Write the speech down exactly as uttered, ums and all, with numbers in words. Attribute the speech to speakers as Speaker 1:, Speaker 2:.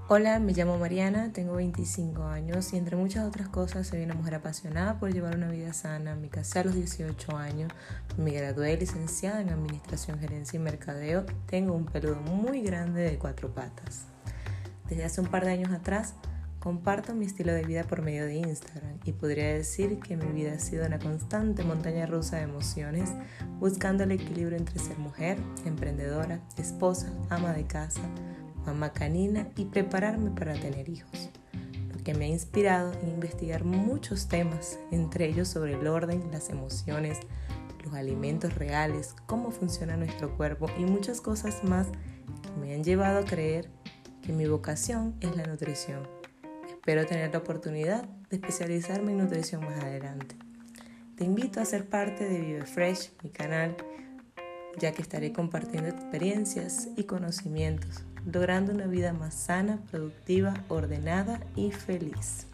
Speaker 1: Hola, me llamo Mariana, tengo veinticinco años y entre muchas otras cosas soy una mujer apasionada por llevar una vida sana. Me casé a los dieciocho años, me gradué licenciada en Administración, Gerencia y Mercadeo. Tengo un peludo muy grande de cuatro patas. Desde hace un par de años atrás comparto mi estilo de vida por medio de Instagram y podría decir que mi vida ha sido una constante montaña rusa de emociones, buscando el equilibrio entre ser mujer, emprendedora, esposa, ama de casa, mamá canina y prepararme para tener hijos, lo que me ha inspirado en investigar muchos temas, entre ellos sobre el orden, las emociones, los alimentos reales, cómo funciona nuestro cuerpo y muchas cosas más que me han llevado a creer que mi vocación es la nutrición. Espero tener la oportunidad de especializarme en nutrición más adelante. Te invito a ser parte de Vive Fresh, mi canal, ya que estaré compartiendo experiencias y conocimientos, logrando una vida más sana, productiva, ordenada y feliz.